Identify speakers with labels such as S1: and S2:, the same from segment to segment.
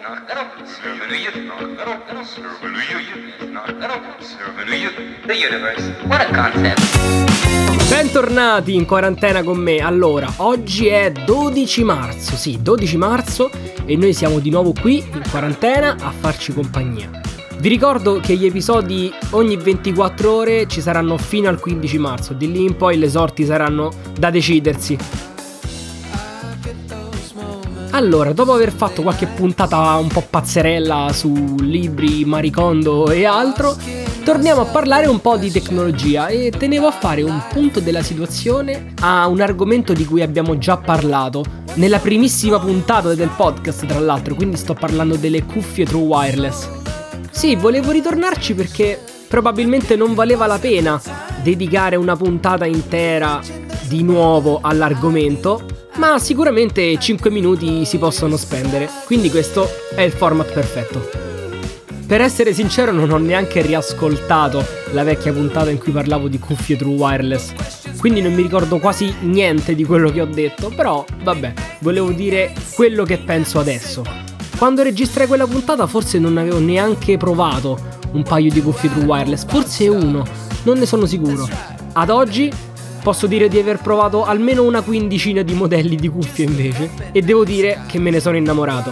S1: The universe. What a concept.
S2: Bentornati in quarantena con me. Allora, oggi è 12 marzo, sì, 12 marzo e noi siamo di nuovo qui in quarantena a farci compagnia. Vi ricordo che gli episodi ogni 24 ore ci saranno fino al 15 marzo, di lì in poi le sorti saranno da decidersi. Allora, dopo aver fatto qualche puntata un po' pazzerella su libri, Marie Kondo e altro, torniamo a parlare un po' di tecnologia e tenevo a fare un punto della situazione a un argomento di cui abbiamo già parlato nella primissima puntata del podcast, tra l'altro, quindi sto parlando delle cuffie True Wireless. Sì, volevo ritornarci perché probabilmente non valeva la pena dedicare una puntata intera di nuovo all'argomento, ma sicuramente 5 minuti si possono spendere, quindi questo è il format perfetto. Per essere sincero non ho neanche riascoltato la vecchia puntata in cui parlavo di cuffie True Wireless, quindi non mi ricordo quasi niente di quello che ho detto, però vabbè, volevo dire quello che penso adesso. Quando registrai quella puntata forse non avevo neanche provato un paio di cuffie True Wireless, forse uno, non ne sono sicuro. Ad oggi posso dire di aver provato almeno una quindicina di modelli di cuffie invece, e devo dire che me ne sono innamorato.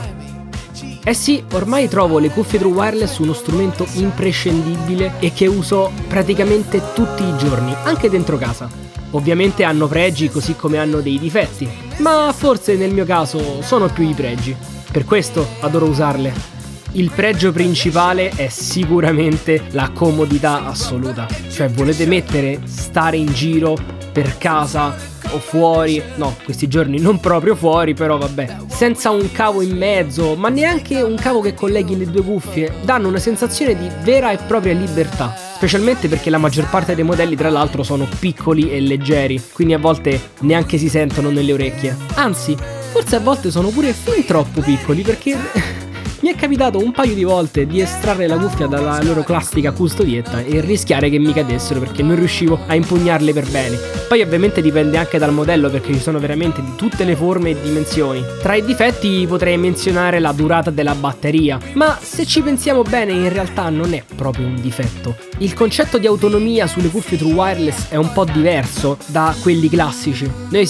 S2: Eh sì, ormai trovo le cuffie True Wireless uno strumento imprescindibile e che uso praticamente tutti i giorni, anche dentro casa. Ovviamente hanno pregi così come hanno dei difetti, ma forse nel mio caso sono più i pregi. Per questo adoro usarle. Il pregio principale è sicuramente la comodità assoluta. Cioè, volete stare in giro per casa o fuori, no, questi giorni non proprio fuori, però vabbè, senza un cavo in mezzo, ma neanche un cavo che colleghi le due cuffie, danno una sensazione di vera e propria libertà, specialmente perché la maggior parte dei modelli tra l'altro sono piccoli e leggeri, quindi a volte neanche si sentono nelle orecchie. Anzi, forse a volte sono pure fin troppo piccoli, perché mi è capitato un paio di volte di estrarre la cuffia dalla loro classica custodietta e rischiare che mi cadessero perché non riuscivo a impugnarle per bene. Poi ovviamente dipende anche dal modello, perché ci sono veramente di tutte le forme e dimensioni. Tra i difetti potrei menzionare la durata della batteria, ma se ci pensiamo bene in realtà non è proprio un difetto. Il concetto di autonomia sulle cuffie True Wireless è un po' diverso da quelli classici. Noi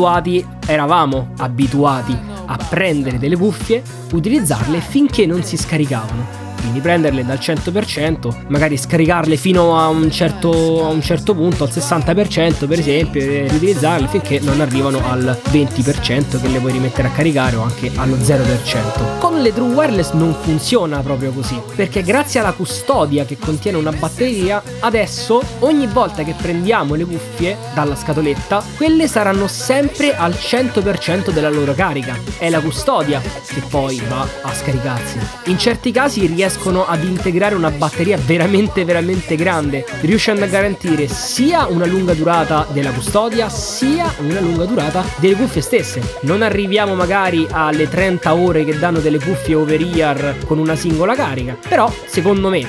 S2: eravamo abituati a prendere delle cuffie, utilizzarle finché non si scaricavano. Quindi prenderle dal 100%, magari scaricarle fino a un certo punto, al 60% per esempio, e riutilizzarle finché non arrivano al 20% che le vuoi rimettere a caricare, o anche allo 0%. Con le True Wireless non funziona proprio così, perché grazie alla custodia che contiene una batteria, adesso ogni volta che prendiamo le cuffie dalla scatoletta, quelle saranno sempre al 100% della loro carica. È la custodia che poi va a scaricarsi. In certi casi riescono ad integrare una batteria veramente grande, riuscendo a garantire sia una lunga durata della custodia sia una lunga durata delle cuffie stesse. Non arriviamo magari alle 30 ore che danno delle cuffie over-ear con una singola carica, però secondo me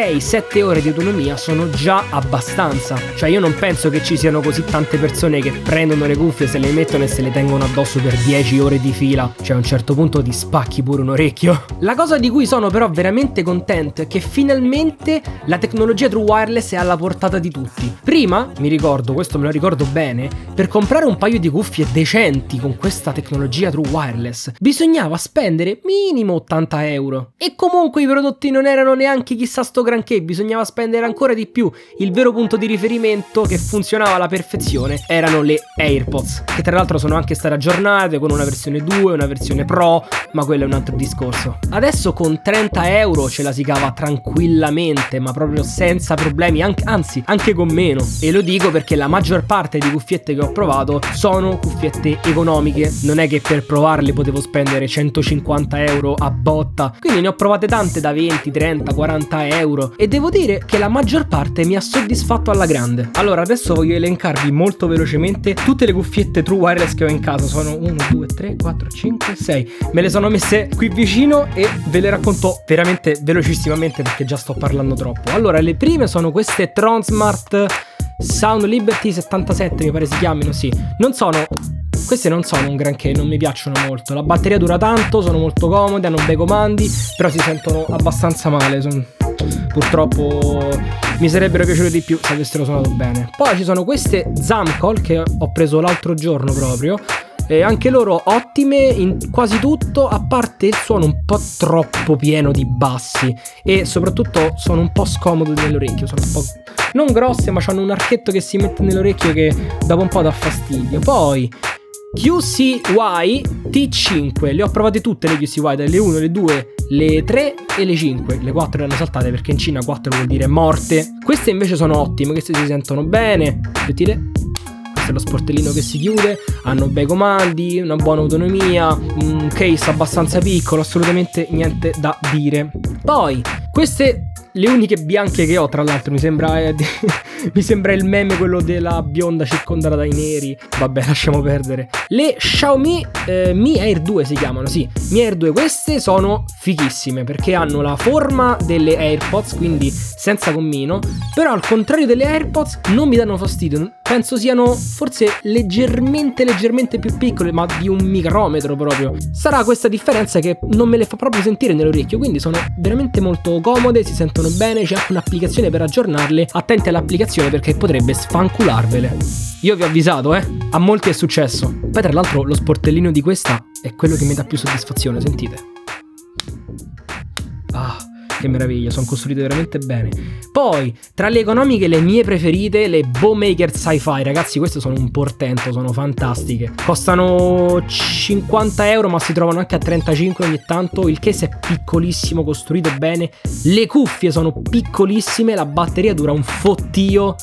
S2: 6-7 ore di autonomia sono già abbastanza. Cioè, io non penso che ci siano così tante persone che prendono le cuffie, se le mettono e se le tengono addosso per 10 ore di fila. Cioè, a un certo punto ti spacchi pure un orecchio. La cosa di cui sono però veramente contento è che finalmente la tecnologia True Wireless è alla portata di tutti. Prima, mi ricordo, questo me lo ricordo bene, per comprare un paio di cuffie decenti con questa tecnologia True Wireless bisognava spendere minimo 80 euro. E comunque i prodotti non erano neanche chissà sto granché, bisognava spendere ancora di più. Il vero punto di riferimento che funzionava alla perfezione erano le AirPods, che tra l'altro sono anche state aggiornate con una versione 2, una versione Pro, ma quello è un altro discorso. Adesso con 30 euro ce la si cava tranquillamente, ma proprio senza problemi, anzi anche con meno. E lo dico perché la maggior parte di cuffiette che ho provato sono cuffiette economiche, non è che per provarle potevo spendere 150 euro a botta, quindi ne ho provate tante da 20, 30, 40 euro e devo dire che la maggior parte mi ha soddisfatto alla grande. Allora adesso voglio elencarvi molto velocemente tutte le cuffiette True Wireless che ho in casa. Sono 1, 2, 3, 4, 5, 6. Me le sono messe qui vicino e ve le racconto veramente velocissimamente perché già sto parlando troppo. Allora, le prime sono queste Tronsmart Sound Liberty 77, mi pare si chiamino, sì. Non sono Queste non sono un granché, non mi piacciono molto. La batteria dura tanto, sono molto comode, hanno bei comandi, però si sentono abbastanza male. Purtroppo mi sarebbero piaciute di più se avessero suonato bene. Poi ci sono queste Zamcol che ho preso l'altro giorno proprio. E anche loro ottime in quasi tutto, a parte il suono un po' troppo pieno di bassi. E soprattutto sono un po' scomode nell'orecchio. Sono un po' non grosse, ma hanno un archetto che si mette nell'orecchio che dopo un po' dà fastidio. Poi QCY T5, le ho provate tutte le QCY, dalle 1, le 2, le 3 e le 5. Le 4 le hanno saltate perché in Cina 4 vuol dire morte. Queste invece sono ottime, queste si sentono bene. Sentite? Questo è lo sportellino che si chiude, hanno bei comandi, una buona autonomia, un case abbastanza piccolo, assolutamente niente da dire. Poi, queste le uniche bianche che ho, tra l'altro, mi sembra il meme quello della bionda circondata dai neri. Vabbè, lasciamo perdere. Le Xiaomi Mi Air 2 si chiamano, sì, Mi Air 2. Queste sono fighissime perché hanno la forma delle AirPods, quindi senza gommino, però al contrario delle AirPods non mi danno fastidio. Penso siano forse leggermente più piccole, ma di un micrometro proprio. Sarà questa differenza che non me le fa proprio sentire nell'orecchio, quindi sono veramente molto comode, si sentono bene, c'è anche un'applicazione per aggiornarle. Attenti all'applicazione perché potrebbe sfancularvele. Io vi ho avvisato, a molti è successo. Poi tra l'altro lo sportellino di questa è quello che mi dà più soddisfazione, sentite. Che meraviglia, sono costruite veramente bene. Poi, tra le economiche, le mie preferite, le Bowmaker Sci-Fi. Ragazzi, queste sono un portento, sono fantastiche. Costano 50 euro, ma si trovano anche a 35 ogni tanto. Il case è piccolissimo, costruito bene. Le cuffie sono piccolissime, la batteria dura un fottio.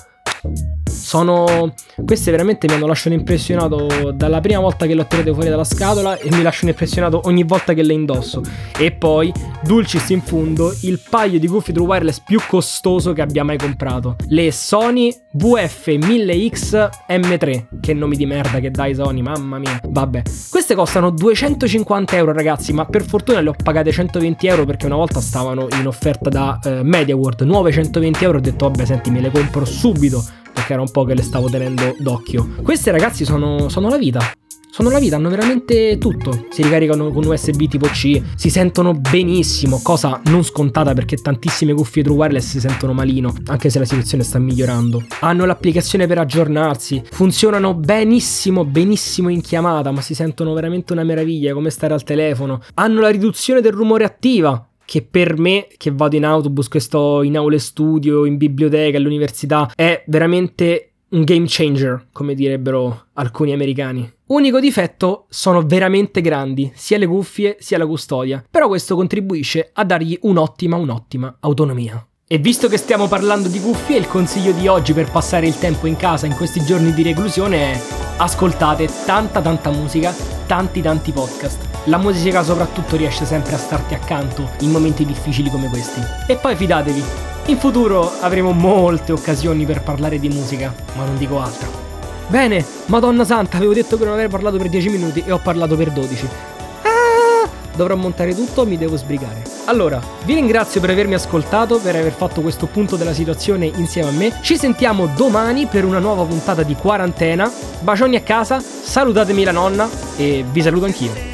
S2: Queste veramente mi hanno lasciato impressionato dalla prima volta che le ho tirate fuori dalla scatola e mi lasciano impressionato ogni volta che le indosso. E poi, dulcis in fundo, il paio di cuffie true wireless più costoso che abbia mai comprato, le Sony VF1000X M3. Che nomi di merda che dai Sony, mamma mia. Vabbè, queste costano 250 euro ragazzi, ma per fortuna le ho pagate 120 euro perché una volta stavano in offerta da MediaWorld, nuove 120 euro. Ho detto vabbè, senti, me le compro subito perché era un po' che le stavo tenendo d'occhio. Queste ragazzi sono la vita. Sono la vita, hanno veramente tutto. Si ricaricano con USB tipo C, si sentono benissimo, cosa non scontata perché tantissime cuffie true wireless si sentono malino, anche se la situazione sta migliorando. Hanno l'applicazione per aggiornarsi, funzionano benissimo in chiamata, ma si sentono veramente una meraviglia, come stare al telefono. Hanno la riduzione del rumore attiva, che per me, che vado in autobus, che sto in aule studio, in biblioteca, all'università, è veramente un game changer, come direbbero alcuni americani. Unico difetto, sono veramente grandi, sia le cuffie sia la custodia, però questo contribuisce a dargli un'ottima autonomia. E visto che stiamo parlando di cuffie, il consiglio di oggi per passare il tempo in casa in questi giorni di reclusione è: ascoltate tanta musica, tanti podcast. La musica soprattutto riesce sempre a starti accanto in momenti difficili come questi. E poi fidatevi, in futuro avremo molte occasioni per parlare di musica, ma non dico altro. Bene, Madonna Santa, avevo detto che non avrei parlato per 10 minuti e ho parlato per 12. Dovrò montare tutto, mi devo sbrigare. Allora, vi ringrazio per avermi ascoltato, per aver fatto questo punto della situazione insieme a me. Ci sentiamo domani per una nuova puntata di Quarantena. Bacioni a casa, salutatemi la nonna e vi saluto anch'io.